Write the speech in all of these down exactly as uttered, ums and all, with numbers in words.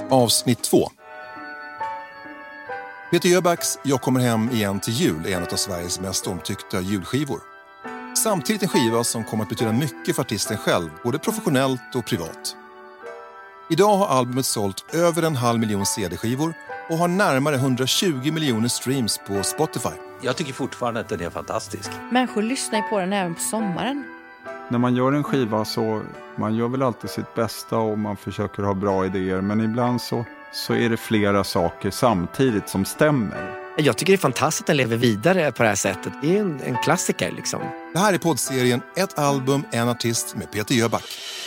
Avsnitt två. Peter Jöbacks Jag kommer hem igen till jul är en av Sveriges mest omtyckta julskivor. Samtidigt en skiva som kommer att betyda mycket för artisten själv, både professionellt och privat. Idag har albumet sålt över en halv miljon C D-skivor och har närmare hundratjugo miljoner streams på Spotify. Jag tycker fortfarande att den är fantastisk. Människor lyssnar ju på den även på sommaren. När man gör en skiva så man gör väl alltid sitt bästa och man försöker ha bra idéer. Men ibland så, så är det flera saker samtidigt som stämmer. Jag tycker det är fantastiskt att den lever vidare på det här sättet. Det är en, en klassiker liksom. Det här är poddserien Ett album, en artist med Peter Jöback.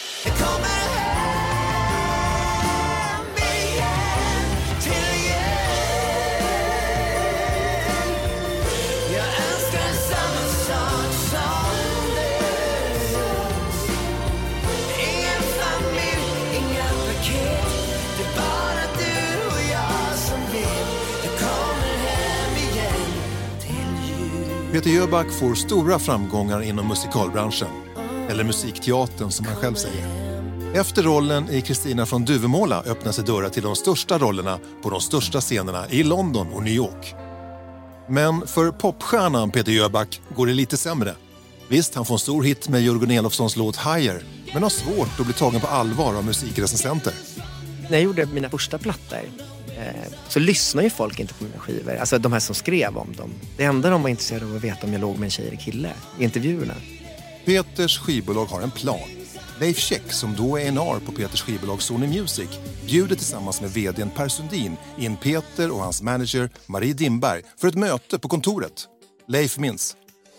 Peter Jöback får stora framgångar inom musikalbranschen, eller musikteatern som han själv säger. Efter rollen i Kristina från Duvemåla öppnar sig dörrar till de största rollerna på de största scenerna i London och New York. Men för popstjärnan Peter Jöback går det lite sämre. Visst, han får en stor hit med Jörgen Elofssons låt Higher, men har svårt att bli tagen på allvar av musikrecensenter. När jag gjorde mina första plattor så lyssnar ju folk inte på mina skivor. Alltså de här som skrev om dem. Det enda de var intresserade av att veta om jag låg med en tjej eller kille i intervjuerna. Peters skivbolag har en plan. Leif Käck, som då är en ar på Peters skivbolag Sony Music, bjuder tillsammans med vdn Per Sundin in Peter och hans manager Marie Dimberg för ett möte på kontoret. Leif minns.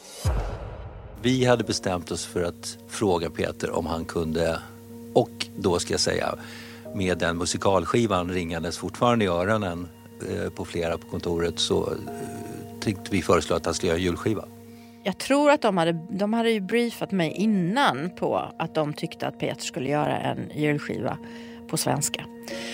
Vi hade bestämt oss för att fråga Peter om han kunde, och då ska jag säga, med den musikalskivan ringandes fortfarande i öronen eh, på flera på kontoret, så eh, tänkte vi föreslå att han skulle göra en julskiva. Jag tror att de hade, de hade ju briefat mig innan på att de tyckte att Peter skulle göra en julskiva på svenska.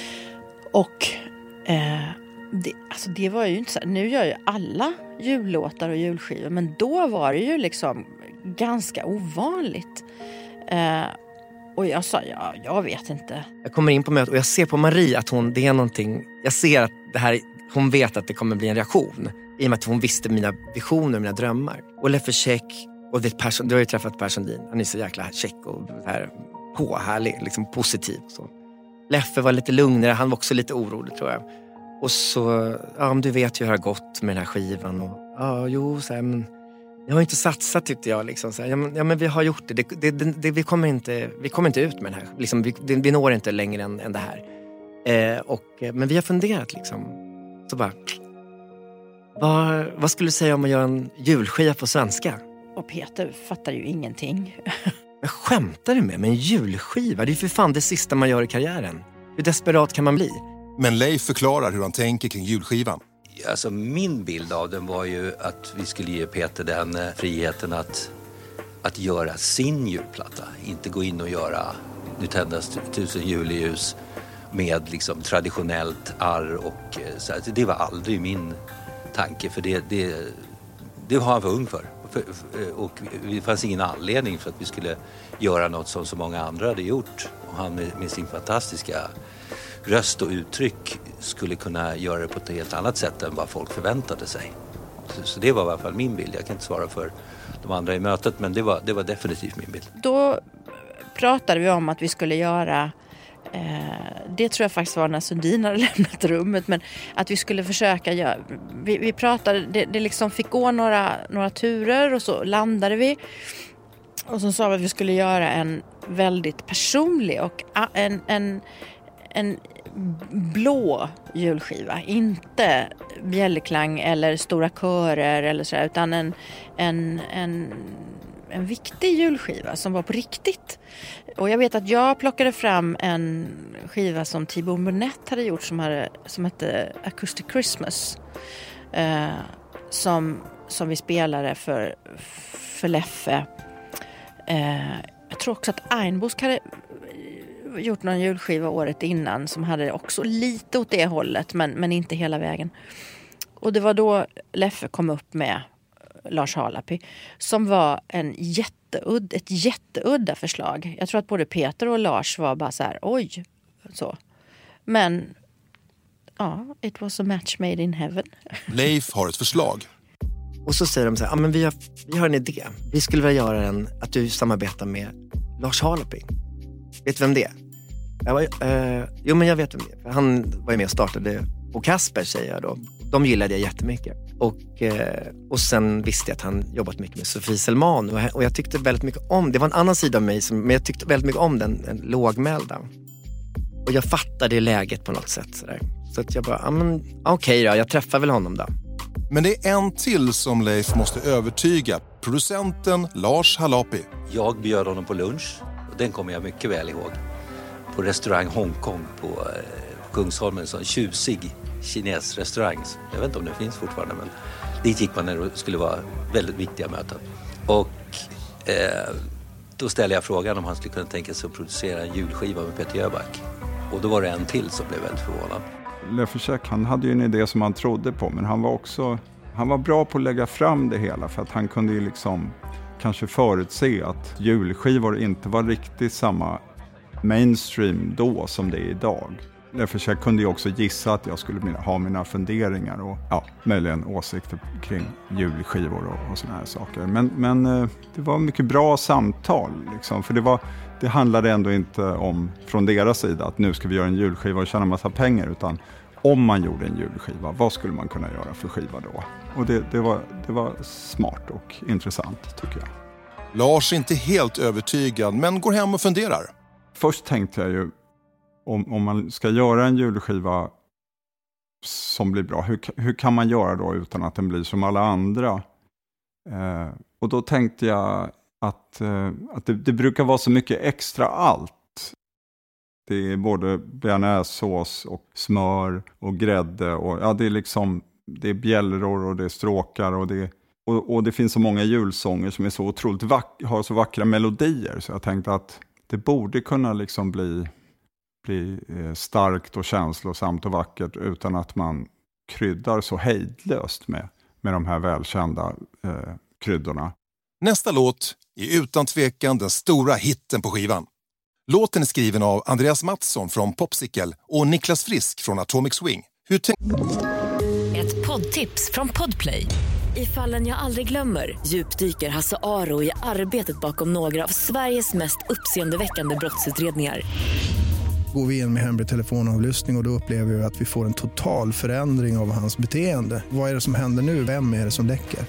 Och eh, det, alltså det var ju inte så. Nu gör ju alla jullåtar och julskivor, men då var det ju liksom ganska ovanligt. Eh, Och jag sa, ja, jag vet inte. Jag kommer in på mötet och jag ser på Marie att hon, det är någonting, jag ser att det här, hon vet att det kommer bli en reaktion. I och med att hon visste mina visioner, mina drömmar. Och Leffe Käck, och det person, du har ju träffat Per Sundin. Han är så jäkla check och här, påhärlig, liksom positiv. Så. Leffe var lite lugnare, han var också lite orolig tror jag. Och så, ja men du vet ju hur det har gått med den här skivan. Och, ja, jo, så här, men jag har inte satsat tyckte jag liksom så här, ja, men, ja men vi har gjort det, det, det, det, det vi kommer inte vi kommer inte ut med den här liksom, vi, det, vi når inte längre än, än det här eh, och men vi har funderat liksom så bara vad, vad skulle du säga om att göra en julskiva på svenska? Och Peter fattar ju ingenting. Jag skämtar du med, med en julskiva? Det är ju för fan det sista man gör i karriären. Hur desperat kan man bli? Men Leif förklarar hur han tänker kring julskivan. Alltså min bild av den var ju att vi skulle ge Peter den eh, friheten att, att göra sin julplatta. Inte gå in och göra Nu tändas tusen juleljus med liksom traditionellt arr och eh, så här. Det var aldrig min tanke, för det, det, det var han för ung för. för, för och det fanns ingen anledning för att vi skulle göra något som så många andra hade gjort. Och han med, med sin fantastiska röst och uttryck skulle kunna göra det på ett helt annat sätt än vad folk förväntade sig. Så, så det var i alla fall min bild. Jag kan inte svara för de andra i mötet, men det var, det var definitivt min bild. Då pratade vi om att vi skulle göra, eh, det tror jag faktiskt var när Sundin hade lämnat rummet, men att vi skulle försöka göra, vi, vi pratade, det, det liksom fick gå några, några turer och så landade vi. Och så sa vi att vi skulle göra en väldigt personlig och en, en en blå julskiva, inte bjällerklang eller stora körer eller så, utan en, en, en, en viktig julskiva som var på riktigt. Och jag vet att jag plockade fram en skiva som Thibaut Burnett hade gjort som, hade, som hette Acoustic Christmas, eh, som, som vi spelade för, för Leffe. Eh, jag tror också att Einbusk hade gjort någon julskiva året innan som hade också lite åt det hållet, men, men inte hela vägen. Och det var då Leffe kom upp med Lars Halapi, som var en jätteudd, ett jätteudda förslag. Jag tror att både Peter och Lars var bara så här, oj, så. Men ja, it was a match made in heaven. Leif har ett förslag. Och så säger de så här, ja, men vi har, vi har en idé. Vi skulle vilja göra en, att du samarbetar med Lars Harlopy. Vet du vem det är? Jag var, eh, jo, men jag vet vem det är. Han var ju med och startade, och Kasper säger jag då. De gillade jag jättemycket. Och, eh, och sen visste jag att han jobbat mycket med Sofie Selman. Och, och jag tyckte väldigt mycket om, det var en annan sida av mig, som, men jag tyckte väldigt mycket om den, den lågmälda. Och jag fattade läget på något sätt. Sådär. Så att jag bara, ja men okej okay då, jag träffar väl honom då. Men det är en till som Leif måste övertyga. Producenten Lars Harlopy. Jag bjöd honom på lunch och den kommer jag mycket väl ihåg. På restaurang Hongkong på eh, Kungsholmen, en sån tjusig kinesrestaurang. Jag vet inte om det finns fortfarande, men dit gick man när det skulle vara väldigt viktiga möten. Och eh, då ställde jag frågan om han skulle kunna tänka sig att producera en julskiva med Peter Jöback. Och då var det en till som blev väldigt förvånad. Leffersek, han hade ju en idé som han trodde på, men han var också han var bra på att lägga fram det hela, för att han kunde ju liksom kanske förutse att julskivor inte var riktigt samma mainstream då som det är idag. Leffersek kunde ju också gissa att jag skulle ha mina funderingar och ja, möjligen åsikter kring julskivor och, och såna här saker. Men, men det var mycket bra samtal liksom, för det var det handlade ändå inte om från deras sida att nu ska vi göra en julskiva och tjäna massa pengar, utan om man gjorde en julskiva, vad skulle man kunna göra för skiva då? Och det, det, var, det var smart och intressant tycker jag. Lars är inte helt övertygad, men går hem och funderar. Först tänkte jag ju, om, om man ska göra en julskiva som blir bra, hur, hur kan man göra då utan att den blir som alla andra? Eh, och då tänkte jag att, eh, att det, det brukar vara så mycket extra allt. Det är både bearnaisesås och smör och grädde och ja, det är liksom det är bjällror och det är stråkar och det och, och det finns så många julsånger som är så otroligt vack, har så vackra melodier, så jag tänkte att det borde kunna liksom bli bli eh, starkt och känslosamt och vackert utan att man kryddar så hejdlöst med med de här välkända eh, kryddorna. Nästa låt är utan tvekan den stora hitten på skivan. Låten är skriven av Andreas Mattsson från Popsicle och Niklas Frisk från Atomic Swing. Hur tänk- Ett poddtips från Podplay. I Fallen jag aldrig glömmer djupdyker Hasse Aro i arbetet bakom några av Sveriges mest uppseendeväckande brottsutredningar. Går vi in med hemlig telefonavlyssning och då upplever vi att vi får en total förändring av hans beteende. Vad är det som händer nu? Vem är det som läcker?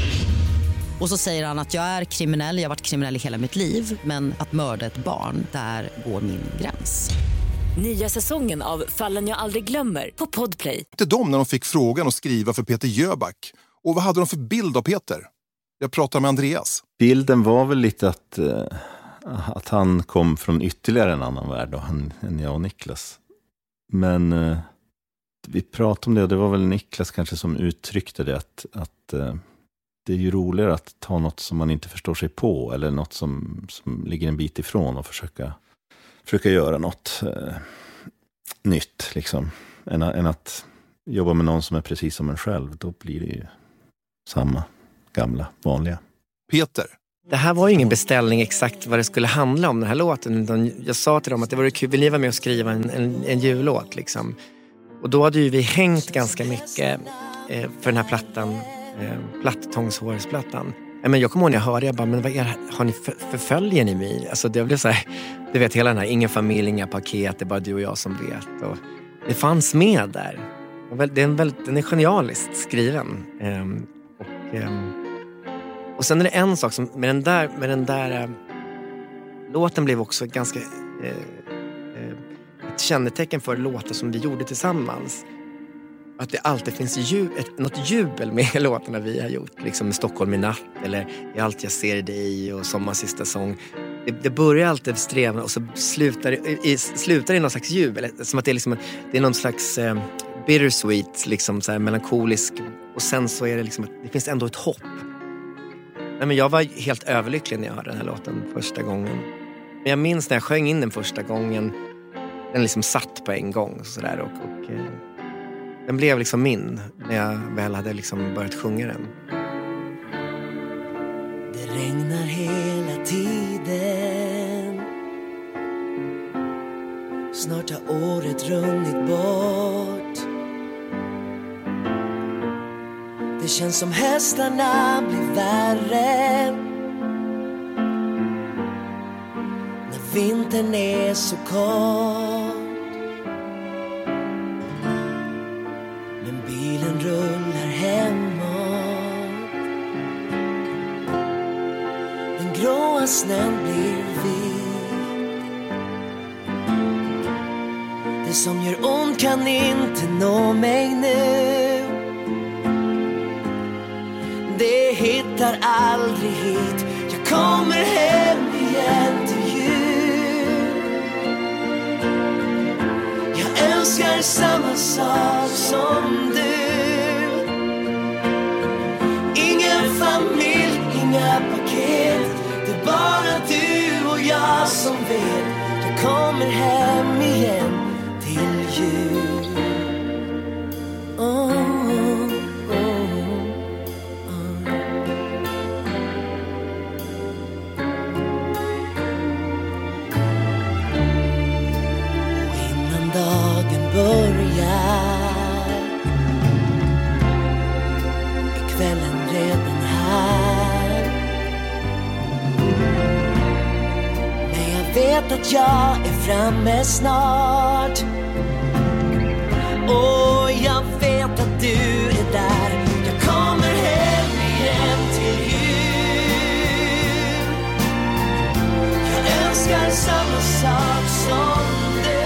Och så säger han att jag är kriminell, jag har varit kriminell i hela mitt liv, men att mörda ett barn, där går min gräns. Nya säsongen av Fallen jag aldrig glömmer på Podplay. Inte de när de fick frågan att skriva för Peter Jöback. Och vad hade de för bild av Peter? Jag pratar med Andreas. Bilden var väl lite att, eh, att han kom från ytterligare en annan värld då, han, än jag och Niklas. Men eh, vi pratade om det och det var väl Niklas kanske som uttryckte det att... att eh, det är ju roligare att ta något som man inte förstår sig på eller något som, som ligger en bit ifrån och försöka, försöka göra något eh, nytt liksom. Än, än att jobba med någon som är precis som en själv. Då blir det ju samma gamla, vanliga. Peter. Det här var ju ingen beställning exakt vad det skulle handla om den här låten. Utan jag sa till dem att det vore kul, vill ni vara med och skriva en, en, en jullåt liksom. Och då hade ju vi hängt ganska mycket eh, för den här plattan. Plattångshårsplattan. Men jag kommer ihåg när jag hörde, jag bara, men vad är det, har ni för, förföljer ni mig? Alltså det blev så här, du vet hela den här, ingen familj, inga paket, det är bara du och jag som vet. Och det fanns med där. Det är en väldigt, den är genialiskt skriven. Um, och, um, och sen är det en sak som, med den där, med den där uh, låten blev också ganska uh, uh, ett kännetecken för låtar som vi gjorde tillsammans. Att det alltid finns ju, ett, något jubel med låtarna vi har gjort. Liksom med Stockholm i natt eller I allt jag ser i dig och Sommar sista sång. Det, det börjar alltid sträva och så slutar det i, slutar i någon slags jubel. Som att det är, liksom, det är någon slags eh, bittersweet, liksom, så här, melankolisk. Och sen så är det liksom att det finns ändå ett hopp. Nej, men jag var helt överlycklig när jag hörde den här låten första gången. Men jag minns när jag sjöng in den första gången. Den liksom satt på en gång. Så där, och... och eh, den blev liksom min när jag väl hade liksom börjat sjunga den. Det regnar hela tiden. snart har året runnit bort. Det känns som hästarna blir värre när vintern är så kort. Men bilen rullar hemåt. Den gråa snön blir vit. Det som gör ont kan inte nå mig nu. Det hittar aldrig hit. Jag kommer hem igen till jul. Jag älskar samma sak som du. Ingen familj, inga paket. Det är bara du och jag som vet. Jag kommer hem igen till jul. Oh. Börjar är kvällen redan här. Men jag vet att jag är framme snart. Och jag vet att du är där. Jag kommer hem igen till jul. Jag älskar samma sak som du.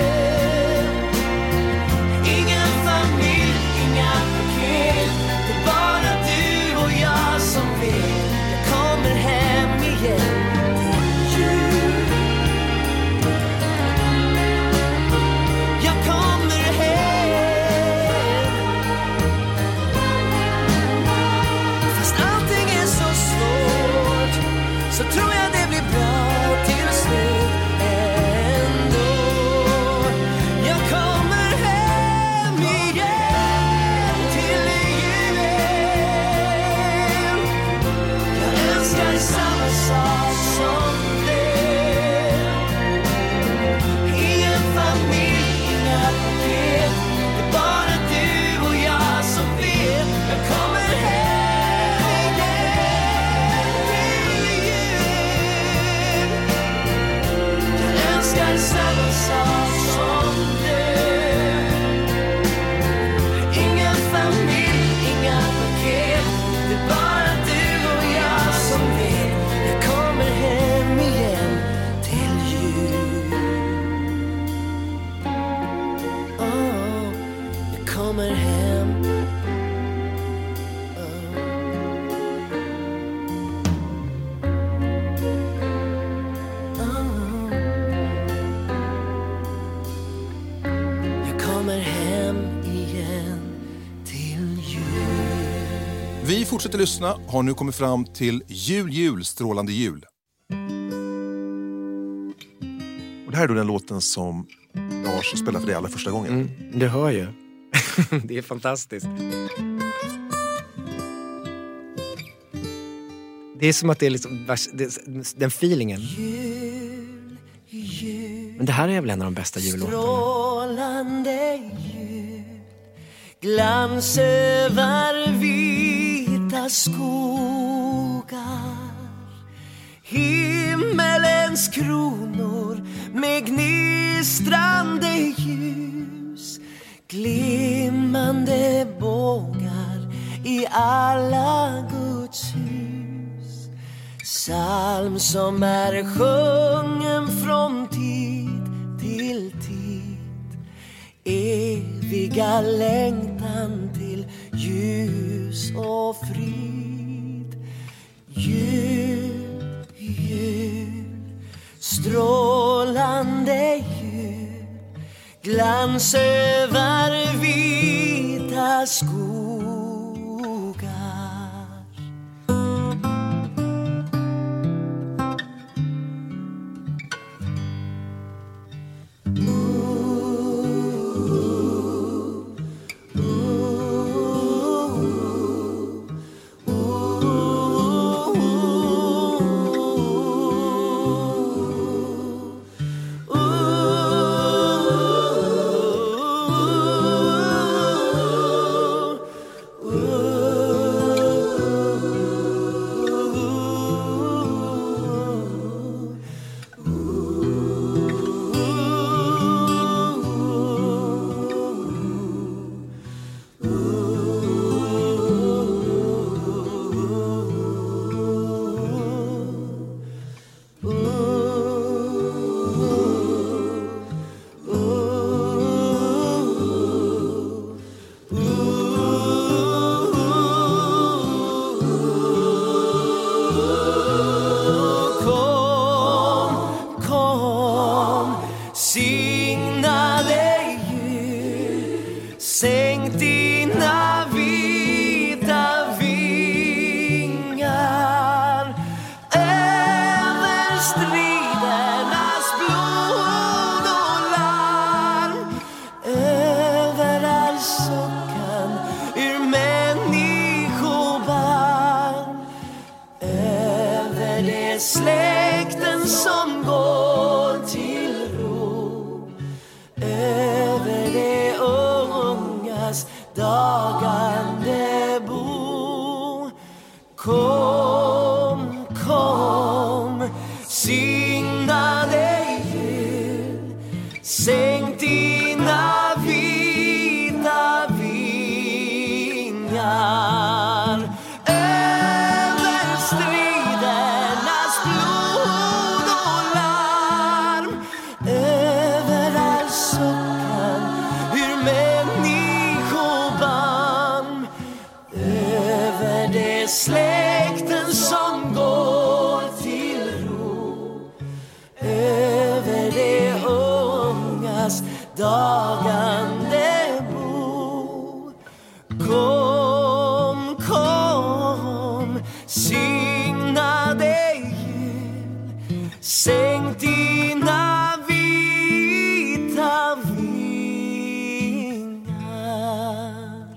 Så tror jag det blir bra till slut ändå. Jag kommer hem igen till julen. Jag älskar samma sak som du. Ingen familj, inga paket. Det är bara du och jag som vet. Jag kommer hem. Samma sak som du. Ingen familj, inga paket. Det är bara du och jag som vet. Jag kommer hem igen till jul. Oh, jag kommer hem. Vi fortsätter lyssna, har nu kommit fram till Jul, jul, strålande jul. Och det här är då den låten som Lars spelar för dig alla första gången. Mm, det hör ju. Det är fantastiskt. Det är som att det är liksom den feelingen. Jul, jul, men det här är väl en av de bästa jullåtarna. Strålande jul, glans över vita skogar, himmelens kronor med gnistrande ljus, glimmande bågar i alla Guds hus. Psalm som är sjungen från tid till tid, eviga längtan till ljus och frid. Jul, jul, strålande jul, glans över vita skogar. Sänk dina vita vingar över stridernas blod och larm, över all suckan ur människobarm, över det släkten som går till ro, över det ungas dagande bo. Kom, kom, signade jul, sänk dina vita vingar över stridernas blod och larm, över all suckan ur människobarm, över det släkten som går till ro, över det ungas dagande bo. Kom, kom, signade jul, sänk dina vita vingar.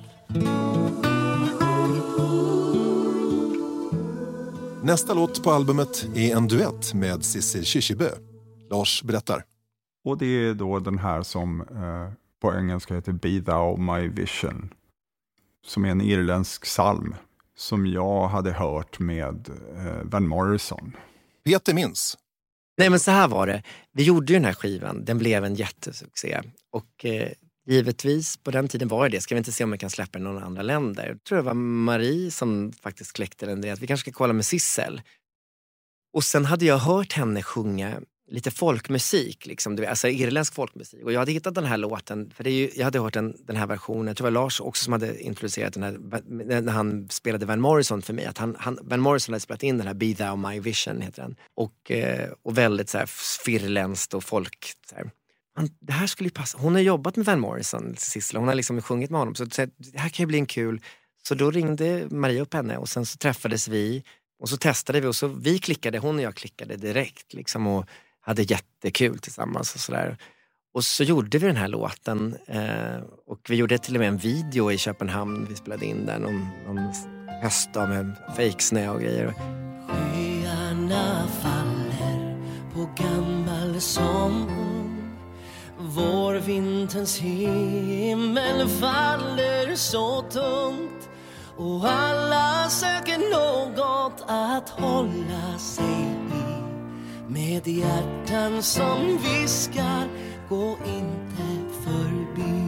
Nästa låt på albumet är en duett med Sissel Kyrkjebø. Lars berättar. Och det är då den här som eh, på engelska heter Be Thou My Vision. Som är en irländsk psalm som jag hade hört med eh, Van Morrison. Peter minns. Nej, men så här var det. Vi gjorde ju den här skivan. Den blev en jättesuccé. Och eh, givetvis, på den tiden var det. Ska vi inte se om vi kan släppa den i några andra länder. Jag tror det var Marie som faktiskt kläckte den. Det att vi kanske ska kolla med Sissel. Och sen hade jag hört henne sjunga lite folkmusik, liksom, alltså irländsk folkmusik. Och jag hade hittat den här låten, för det är ju, jag hade hört den, den här versionen. Jag tror det var Lars också som hade introducerat den här, när han spelade Van Morrison för mig. Att han, han, Van Morrison hade spelat in den här Be Thou My Vision, heter den. Och, eh, och väldigt så här firländskt och folk... Så här. Han, det här skulle ju passa. Hon har jobbat med Van Morrison, Sissela. Hon har liksom sjungit med honom. Så, så det här kan ju bli en kul... Så då ringde Maria upp henne och sen så träffades vi. Och så testade vi och så vi klickade, hon och jag klickade direkt liksom och hade jättekul tillsammans och sådär. Och så gjorde vi den här låten eh, och vi gjorde till och med en video i Köpenhamn. Vi spelade in den om, om höstdag med fejksnö och grejer. Skyarna faller på gammal som vår vinterns himmel faller så tungt och alla söker något att hålla sig i. Med hjärtan som viskar, gå inte förbi.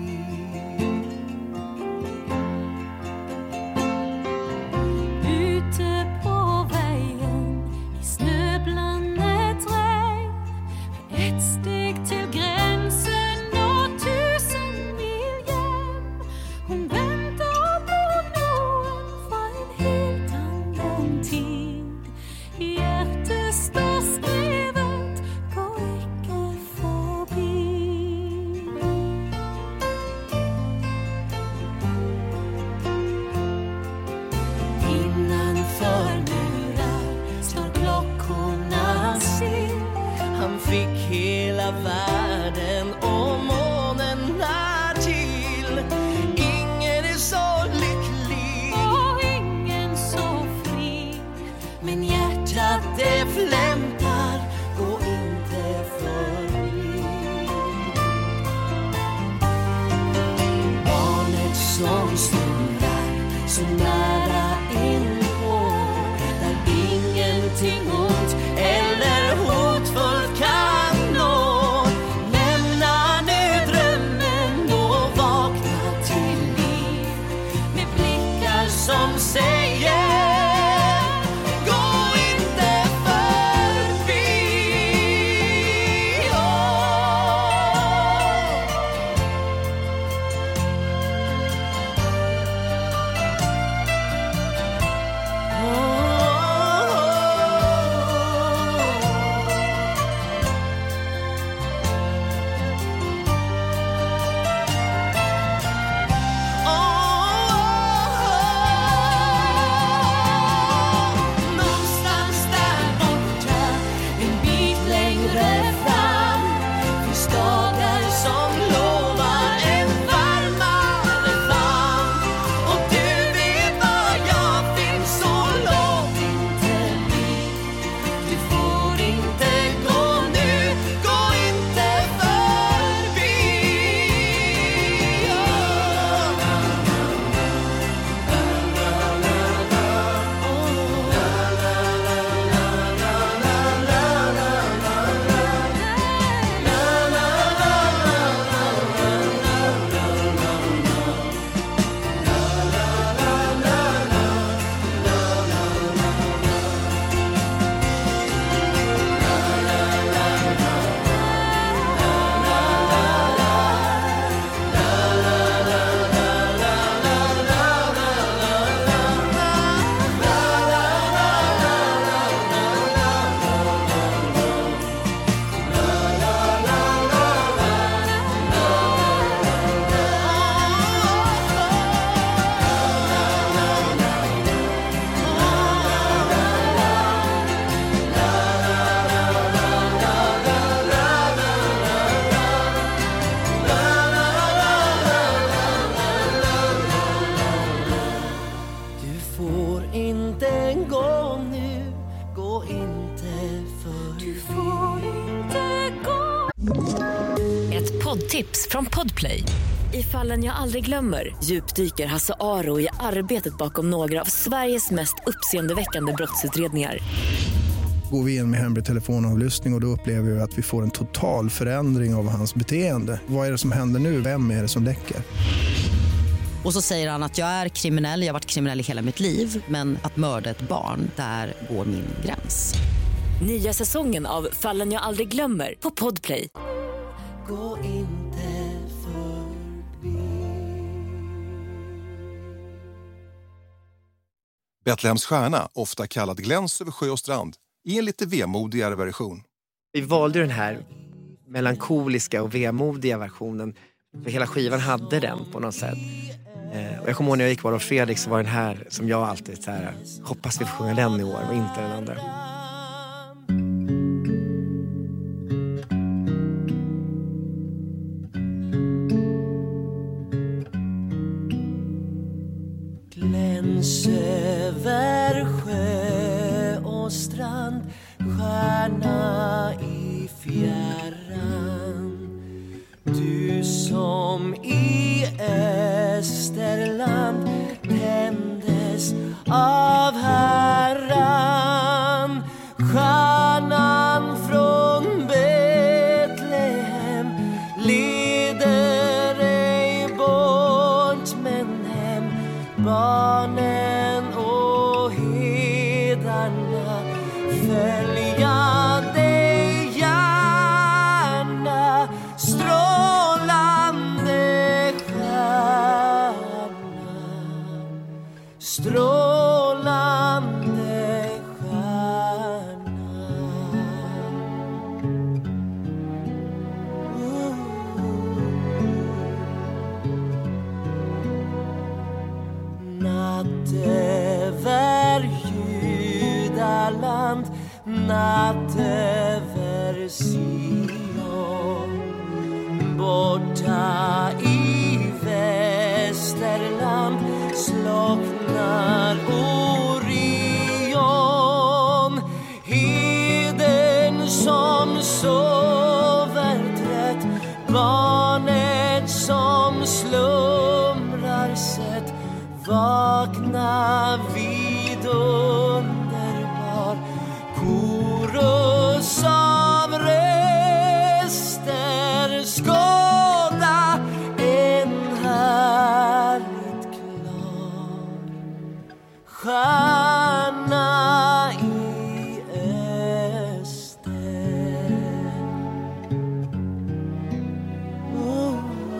Ute på vägen i snöblandet regn, ett steg till gränsen och tusen mil hem. Hon väntar på någon för en helt annan tid. Hjärtat står skrivet, gå icke förbi. Innanför murar slår klockorna still. Han fick hela världen och månen därtill. Ingen är så lycklig Och ingen så fri. men hjärtat det flämtar, gå inte förbi. Barnet som snurrar så nära inpå, där ingenting ont eller hotfullt kan nå. Lämna nu drömmen och vakna till liv med blickar som säger, gå inte förbi. Åh. från Podplay. I Fallen jag aldrig glömmer djupdyker Hasse Aro i arbetet bakom några av Sveriges mest uppseendeväckande brottsutredningar. Går vi in med hemlig telefonavlyssning och, och då upplever vi att vi får en total förändring av hans beteende. Vad är det som händer nu? Vem är det som läcker? Och så säger han att jag är kriminell, jag har varit kriminell i hela mitt liv. Men att mörda ett barn, där går min gräns. Nya säsongen av Fallen jag aldrig glömmer på Podplay. Gå inte förbi. Betlehems stjärna, ofta kallad Gläns över sjö och strand, i en lite vemodigare version. Vi valde den här melankoliska och vemodiga versionen. För hela skivan hade den på något sätt. Eh, och jag kommer ihåg när jag gick var och Fredrik, så var den här som jag alltid så här, hoppas vi får sjunga den i år och inte den andra. Gläns över sjö och strand, stjärna i fjärran. Du som i Österland tändes av Herran. Stjärnan från Betlehem leder ej bort men hem. Barnen och hedarna följa dig gärna. Strålande stjärna, strålande stjärna. Oh. Natt över Judaland, natt över Sion. Borta i Västerland slocknar Orion. Heden som sover trött, barnet som slumrar sött. Vakna vid underbar korus av röster. Skåda en härligt klar stjärna i öster. Oh.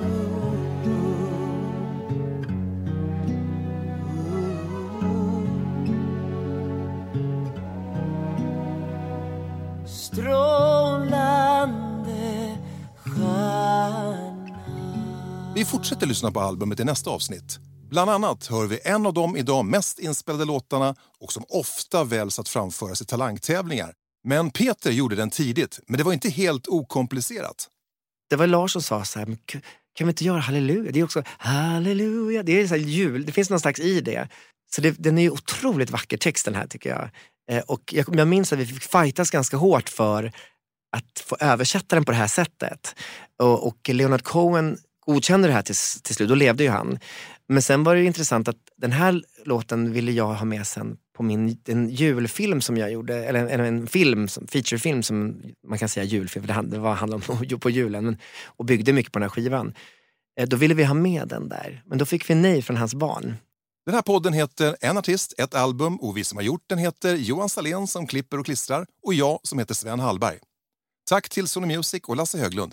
Strålande stjärna. Vi fortsätter lyssna på albumet i nästa avsnitt. Bland annat hör vi en av de idag mest inspelade låtarna och som ofta väljs att framföras i talangtävlingar. Men Peter gjorde den tidigt, men det var inte helt okomplicerat. Det var Lars som sa så här, kan vi inte göra halleluja? Det är också halleluja, det är så här jul, det finns någon slags i det. Så det, den är ju otroligt vacker text den här tycker jag. Eh, och jag, jag minns att vi fick fightas ganska hårt för att få översätta den på det här sättet. Och, och Leonard Cohen godkände det här till, till slut, då levde ju han. Men sen var det ju intressant att den här låten ville jag ha med sen på min en julfilm som jag gjorde, eller en, en film, som, featurefilm som man kan säga julfilm, för det, det var handlade om på julen, men, och byggde mycket på den här skivan. Eh, då ville vi ha med den där, men då fick vi nej från hans barn. Den här podden heter En artist, ett album och vi som har gjort den heter Johan Salén som klipper och klistrar och jag som heter Sven Hallberg. Tack till Sony Music och Lasse Höglund.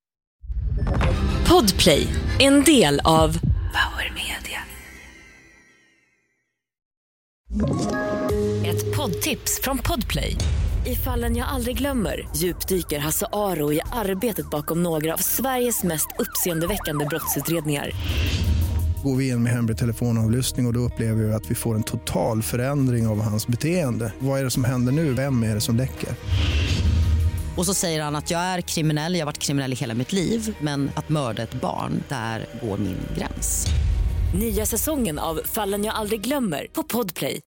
Podplay, en del av Power Media. Ett poddtips från Podplay. I Fallen jag aldrig glömmer djupdyker Hasse Aro i arbetet bakom några av Sveriges mest uppseendeväckande brottsutredningar. Går vi in med hemlig telefonavlyssning och, och då upplever vi att vi får en total förändring av hans beteende. Vad är det som händer nu? Vem är det som läcker? Och så säger han att jag är kriminell, jag har varit kriminell i hela mitt liv. Men att mörda ett barn, där går min gräns. Nya säsongen av Fallen jag aldrig glömmer på Podplay.